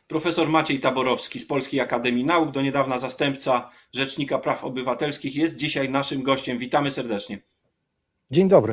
Profesor Maciej Taborowski z Polskiej Akademii Nauk, do niedawna zastępca Rzecznika Praw Obywatelskich, jest dzisiaj naszym gościem. Witamy serdecznie. Dzień dobry.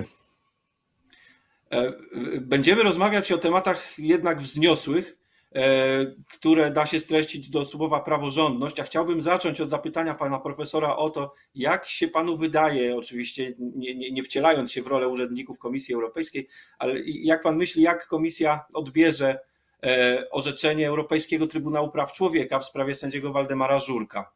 Będziemy rozmawiać o tematach jednak wzniosłych, które da się streścić do słowa praworządność, a chciałbym zacząć od zapytania pana profesora o to, jak się panu wydaje, oczywiście nie wcielając się w rolę urzędników Komisji Europejskiej, ale jak pan myśli, jak Komisja odbierze orzeczenie Europejskiego Trybunału Praw Człowieka w sprawie sędziego Waldemara Żurka?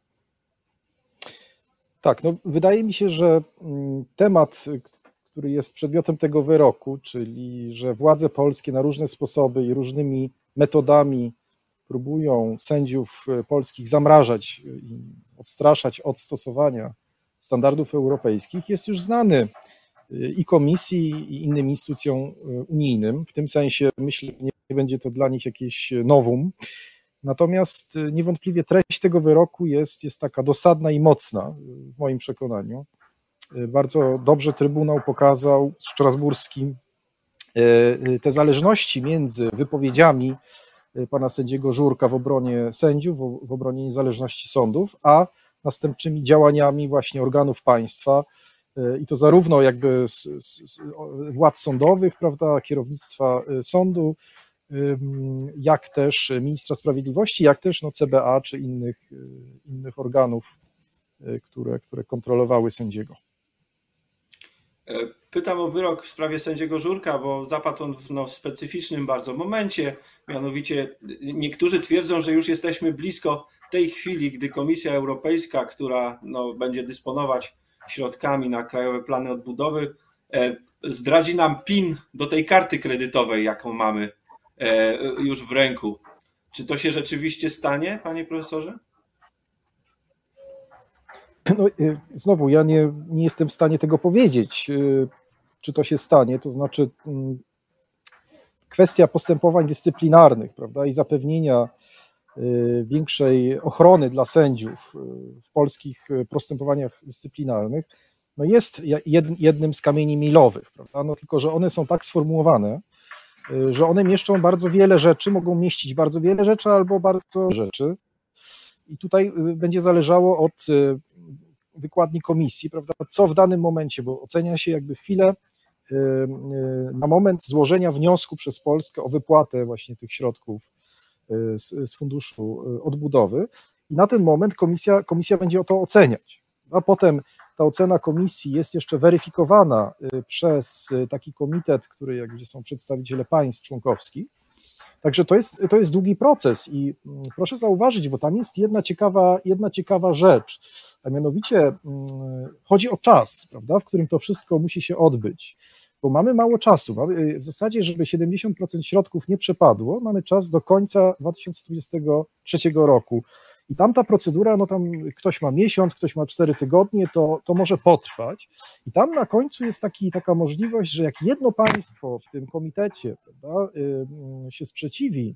Tak, wydaje mi się, że temat, który jest przedmiotem tego wyroku, czyli że władze polskie na różne sposoby i różnymi metodami próbują sędziów polskich zamrażać i odstraszać od stosowania standardów europejskich, jest już znany i Komisji, i innym instytucjom unijnym. W tym sensie myślę, że nie będzie to dla nich jakieś novum. Natomiast niewątpliwie treść tego wyroku jest taka dosadna i mocna w moim przekonaniu. Bardzo dobrze Trybunał pokazał, strasburski, te zależności między wypowiedziami pana sędziego Żurka w obronie sędziów, w obronie niezależności sądów, a następczymi działaniami właśnie organów państwa, i to zarówno jakby władz sądowych, prawda, kierownictwa sądu, jak też ministra sprawiedliwości, jak też CBA czy innych organów, które kontrolowały sędziego. Pytam o wyrok w sprawie sędziego Żurka, bo zapadł on w specyficznym bardzo momencie. Mianowicie niektórzy twierdzą, że już jesteśmy blisko tej chwili, gdy Komisja Europejska, która będzie dysponować środkami na krajowe plany odbudowy, zdradzi nam PIN do tej karty kredytowej, jaką mamy już w ręku. Czy to się rzeczywiście stanie, panie profesorze? Znowu, ja nie jestem w stanie tego powiedzieć, czy to się stanie, to znaczy kwestia postępowań dyscyplinarnych, prawda, i zapewnienia większej ochrony dla sędziów w polskich postępowaniach dyscyplinarnych jest jednym z kamieni milowych, prawda, tylko że one są tak sformułowane, że one mieszczą bardzo wiele rzeczy, mogą mieścić bardzo wiele rzeczy albo bardzo rzeczy. I tutaj będzie zależało od wykładni komisji, prawda, co w danym momencie, bo ocenia się jakby chwilę na moment złożenia wniosku przez Polskę o wypłatę właśnie tych środków z Funduszu Odbudowy i na ten moment komisja będzie to oceniać. A potem ta ocena komisji jest jeszcze weryfikowana przez taki komitet, gdzie są przedstawiciele państw członkowskich. Także to jest długi proces i proszę zauważyć, bo tam jest jedna ciekawa rzecz, a mianowicie chodzi o czas, prawda, w którym to wszystko musi się odbyć, bo mamy mało czasu. W zasadzie, żeby 70% środków nie przepadło, mamy czas do końca 2023 roku. I tam ta procedura, tam ktoś ma miesiąc, ktoś ma 4 tygodnie, to może potrwać. I tam na końcu jest taka możliwość, że jak jedno państwo w tym komitecie, prawda, się sprzeciwi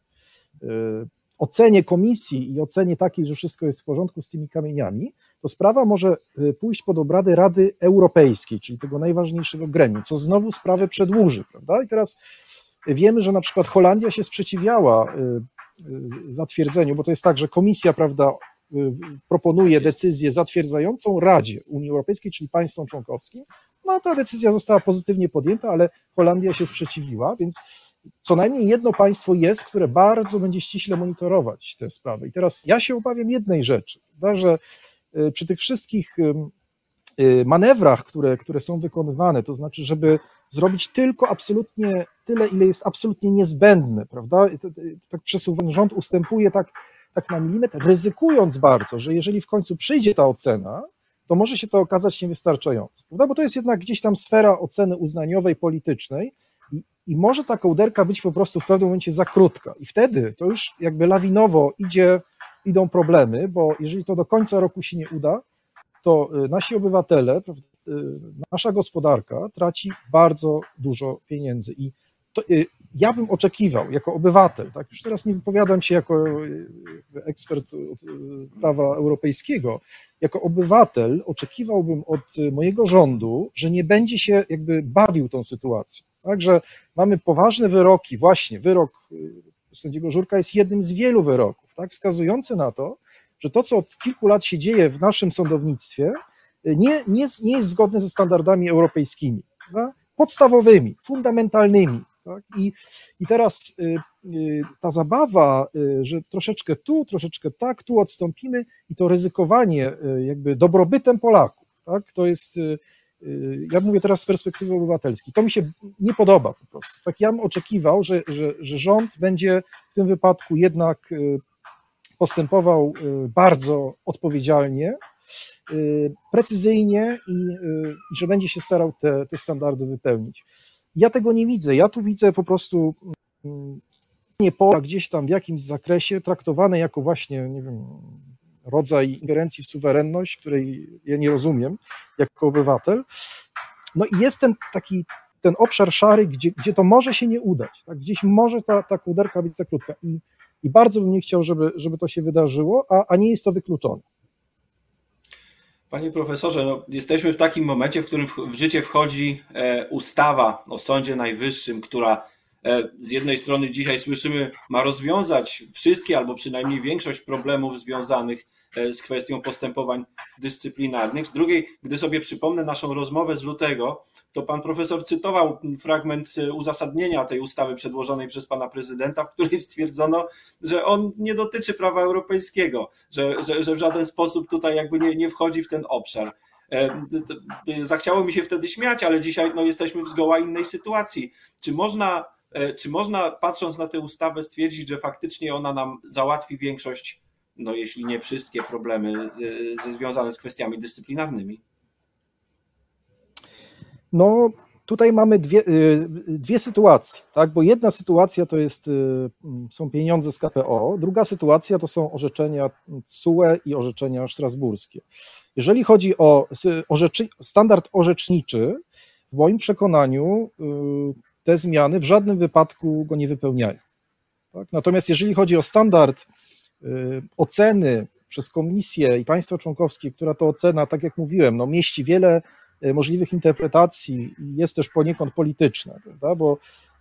ocenie komisji i ocenie takiej, że wszystko jest w porządku z tymi kamieniami, to sprawa może pójść pod obrady Rady Europejskiej, czyli tego najważniejszego gremium, co znowu sprawę przedłuży, prawda? I teraz wiemy, że na przykład Holandia się sprzeciwiała zatwierdzeniu, bo to jest tak, że komisja, prawda, proponuje decyzję zatwierdzającą Radzie Unii Europejskiej, czyli państwom członkowskim. Ta decyzja została pozytywnie podjęta, ale Holandia się sprzeciwiła, więc co najmniej jedno państwo jest, które bardzo będzie ściśle monitorować te sprawy. I teraz ja się obawiam jednej rzeczy, prawda, że przy tych wszystkich manewrach, które są wykonywane, to znaczy, żeby zrobić tylko absolutnie tyle, ile jest absolutnie niezbędne, prawda? Tak przesuwany rząd ustępuje tak na milimetr, ryzykując bardzo, że jeżeli w końcu przyjdzie ta ocena, to może się to okazać niewystarczające, prawda? Bo to jest jednak gdzieś tam sfera oceny uznaniowej, politycznej i może ta kołderka być po prostu w pewnym momencie za krótka i wtedy to już jakby lawinowo idą problemy, bo jeżeli to do końca roku się nie uda, to nasi obywatele, nasza gospodarka traci bardzo dużo pieniędzy i to ja bym oczekiwał jako obywatel, tak, już teraz nie wypowiadam się jako ekspert od prawa europejskiego, jako obywatel oczekiwałbym od mojego rządu, że nie będzie się jakby bawił tą sytuacją, tak, że mamy poważne wyroki, właśnie wyrok sędziego Żurka jest jednym z wielu wyroków, tak, wskazujący na to, że to, co od kilku lat się dzieje w naszym sądownictwie, nie jest zgodne ze standardami europejskimi, prawda? Podstawowymi, fundamentalnymi. Tak? I teraz ta zabawa, że troszeczkę tu, troszeczkę tak, tu odstąpimy i to ryzykowanie jakby dobrobytem Polaków, tak? To jest, ja mówię teraz z perspektywy obywatelskiej, to mi się nie podoba po prostu. Tak, ja bym oczekiwał, że rząd będzie w tym wypadku jednak postępował bardzo odpowiedzialnie, precyzyjnie i że będzie się starał te standardy wypełnić. Ja tego nie widzę. Ja tu widzę po prostu pola gdzieś tam w jakimś zakresie traktowane jako właśnie, nie wiem, rodzaj ingerencji w suwerenność, której ja nie rozumiem jako obywatel. No i jest ten obszar szary, gdzie to może się nie udać. Tak? Gdzieś może ta kołderka być za krótka. I bardzo bym nie chciał, żeby to się wydarzyło, a nie jest to wykluczone. Panie profesorze, no, jesteśmy w takim momencie, w którym w życie wchodzi ustawa o Sądzie Najwyższym, która z jednej strony dzisiaj słyszymy, ma rozwiązać wszystkie albo przynajmniej większość problemów związanych z kwestią postępowań dyscyplinarnych. Z drugiej, gdy sobie przypomnę naszą rozmowę z lutego, to pan profesor cytował fragment uzasadnienia tej ustawy przedłożonej przez pana prezydenta, w której stwierdzono, że on nie dotyczy prawa europejskiego, że w żaden sposób tutaj jakby nie wchodzi w ten obszar. Zachciało mi się wtedy śmiać, ale dzisiaj no, jesteśmy w zgoła innej sytuacji. Czy można, patrząc na tę ustawę, stwierdzić, że faktycznie ona nam załatwi większość, no jeśli nie wszystkie problemy związane z kwestiami dyscyplinarnymi? No tutaj mamy dwie sytuacje, tak? Bo jedna sytuacja to są pieniądze z KPO, druga sytuacja to są orzeczenia TSUE i orzeczenia strasburskie. Jeżeli chodzi o standard orzeczniczy, w moim przekonaniu te zmiany w żadnym wypadku go nie wypełniają. Tak? Natomiast jeżeli chodzi o standard oceny przez Komisję i państwa członkowskie, która to ocena, tak jak mówiłem, no, mieści wiele możliwych interpretacji i jest też poniekąd polityczna, prawda? Bo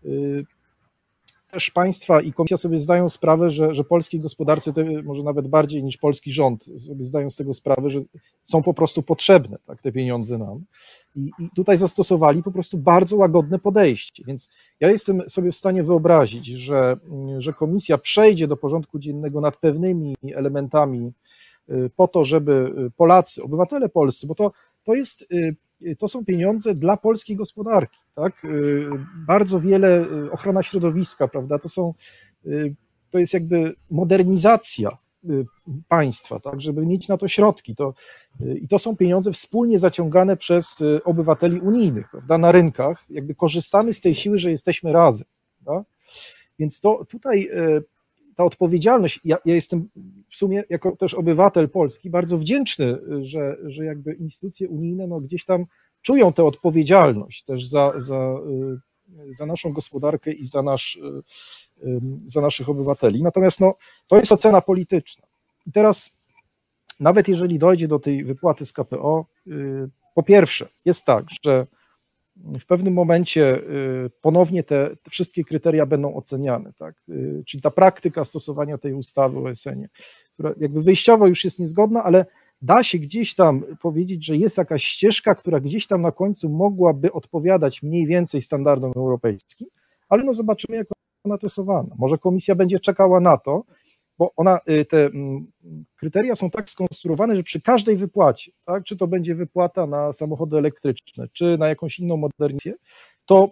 też państwa i Komisja sobie zdają sprawę, że polskiej gospodarce, może nawet bardziej niż polski rząd, sobie zdają z tego sprawę, że są po prostu potrzebne, tak, te pieniądze nam. I tutaj zastosowali po prostu bardzo łagodne podejście. Więc ja jestem sobie w stanie wyobrazić, że Komisja przejdzie do porządku dziennego nad pewnymi elementami po to, żeby Polacy, obywatele polscy, bo to są pieniądze dla polskiej gospodarki, tak? Bardzo wiele, ochrona środowiska, prawda? To jest jakby modernizacja państwa, tak? Żeby mieć na to środki. I to są pieniądze wspólnie zaciągane przez obywateli unijnych, prawda? Na rynkach, jakby korzystamy z tej siły, że jesteśmy razem. Prawda? Więc tutaj ta odpowiedzialność, ja jestem w sumie jako też obywatel polski bardzo wdzięczny, że jakby instytucje unijne no gdzieś tam czują tę odpowiedzialność też za naszą gospodarkę i za naszych obywateli. Natomiast no, to jest ocena polityczna. I teraz nawet jeżeli dojdzie do tej wypłaty z KPO, po pierwsze jest tak, że w pewnym momencie ponownie te wszystkie kryteria będą oceniane, tak? Czyli ta praktyka stosowania tej ustawy o SN-ie, która jakby wyjściowo już jest niezgodna, ale da się gdzieś tam powiedzieć, że jest jakaś ścieżka, która gdzieś tam na końcu mogłaby odpowiadać mniej więcej standardom europejskim, ale no zobaczymy, jak ona stosowana. Może Komisja będzie czekała na to, bo te kryteria są tak skonstruowane, że przy każdej wypłacie, tak, czy to będzie wypłata na samochody elektryczne, czy na jakąś inną modernizację, to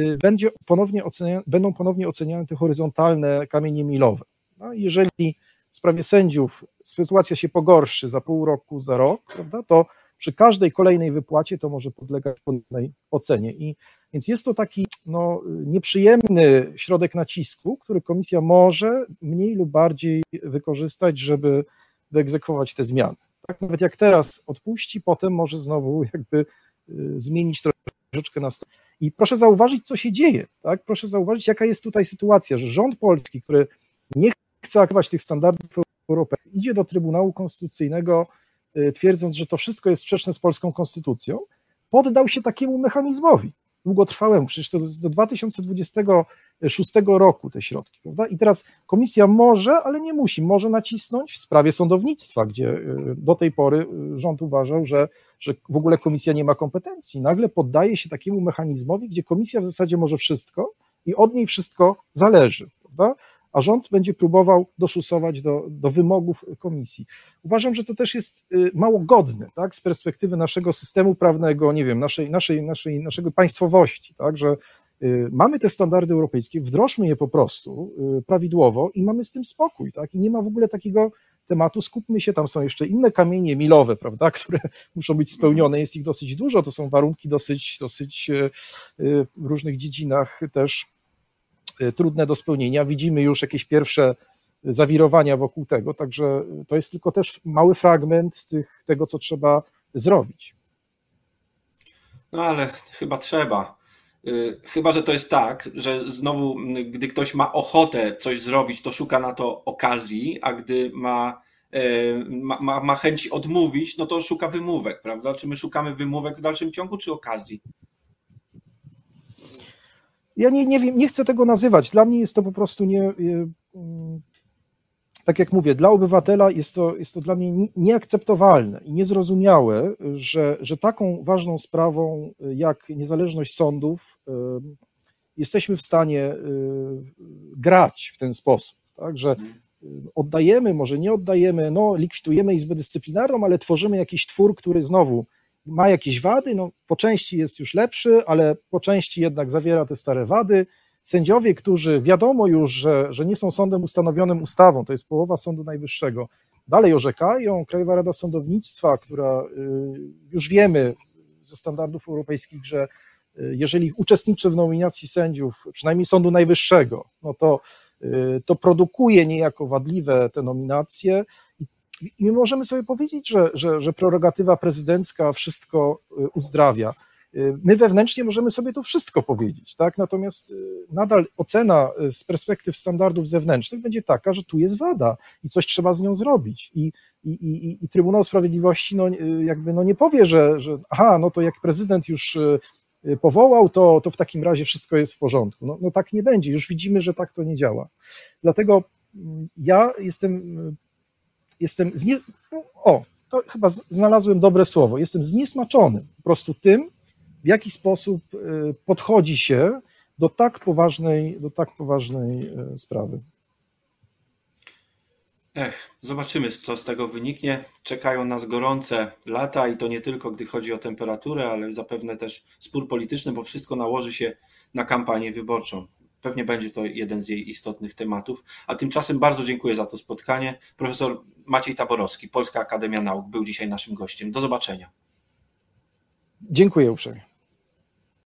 będą ponownie oceniane te horyzontalne kamienie milowe. No, jeżeli w sprawie sędziów sytuacja się pogorszy za pół roku, za rok, prawda, to przy każdej kolejnej wypłacie to może podlegać ponownej ocenie. Więc jest to taki nieprzyjemny środek nacisku, który Komisja może mniej lub bardziej wykorzystać, żeby wyegzekwować te zmiany. Tak, nawet jak teraz odpuści, potem może znowu jakby zmienić troszeczkę nastawienie. I proszę zauważyć, co się dzieje. Tak? Proszę zauważyć, jaka jest tutaj sytuacja, że rząd polski, który nie chce aktywować tych standardów europejskich, idzie do Trybunału Konstytucyjnego, twierdząc, że to wszystko jest sprzeczne z polską konstytucją, poddał się takiemu mechanizmowi długotrwałemu. Przecież to do 2020 2006 roku te środki, prawda? I teraz komisja może, ale nie musi, może nacisnąć w sprawie sądownictwa, gdzie do tej pory rząd uważał, że w ogóle komisja nie ma kompetencji. Nagle poddaje się takiemu mechanizmowi, gdzie komisja w zasadzie może wszystko i od niej wszystko zależy, prawda? A rząd będzie próbował doszusować do wymogów komisji. Uważam, że to też jest mało godne, tak, z perspektywy naszego systemu prawnego, nie wiem, naszego państwowości, tak, że mamy te standardy europejskie, wdrożmy je po prostu prawidłowo i mamy z tym spokój, tak, i nie ma w ogóle takiego tematu, skupmy się, tam są jeszcze inne kamienie milowe, prawda, które muszą być spełnione, jest ich dosyć dużo, to są warunki dosyć w różnych dziedzinach też trudne do spełnienia. Widzimy już jakieś pierwsze zawirowania wokół tego, także to jest tylko też mały fragment tego, co trzeba zrobić. No ale chyba trzeba. Chyba, że to jest tak, że znowu, gdy ktoś ma ochotę coś zrobić, to szuka na to okazji, a gdy ma chęć odmówić, no to szuka wymówek, prawda? Czy my szukamy wymówek w dalszym ciągu, czy okazji? Ja nie wiem, nie chcę tego nazywać. Dla mnie jest to po prostu tak jak mówię, dla obywatela jest to dla mnie nieakceptowalne i niezrozumiałe, że taką ważną sprawą jak niezależność sądów jesteśmy w stanie grać w ten sposób, tak, że oddajemy, może nie oddajemy, no likwidujemy Izbę Dyscyplinarną, ale tworzymy jakiś twór, który znowu ma jakieś wady, no po części jest już lepszy, ale po części jednak zawiera te stare wady. Sędziowie, którzy wiadomo już, że nie są sądem ustanowionym ustawą, to jest połowa Sądu Najwyższego, dalej orzekają. Krajowa Rada Sądownictwa, która już wiemy ze standardów europejskich, że jeżeli uczestniczy w nominacji sędziów, przynajmniej Sądu Najwyższego, no to produkuje niejako wadliwe te nominacje. I my możemy sobie powiedzieć, że prerogatywa prezydencka wszystko uzdrawia. My wewnętrznie możemy sobie to wszystko powiedzieć, tak? Natomiast nadal ocena z perspektyw standardów zewnętrznych będzie taka, że tu jest wada i coś trzeba z nią zrobić. I Trybunał Sprawiedliwości nie powie, że aha, no to jak prezydent już powołał, to w takim razie wszystko jest w porządku. No tak nie będzie, już widzimy, że tak to nie działa. Dlatego ja to chyba znalazłem dobre słowo, jestem zniesmaczony po prostu tym, w jaki sposób podchodzi się do tak poważnej sprawy. Zobaczymy, co z tego wyniknie. Czekają nas gorące lata i to nie tylko, gdy chodzi o temperaturę, ale zapewne też spór polityczny, bo wszystko nałoży się na kampanię wyborczą. Pewnie będzie to jeden z jej istotnych tematów. A tymczasem bardzo dziękuję za to spotkanie. Profesor Maciej Taborowski, Polska Akademia Nauk, był dzisiaj naszym gościem. Do zobaczenia. Dziękuję uprzejmie.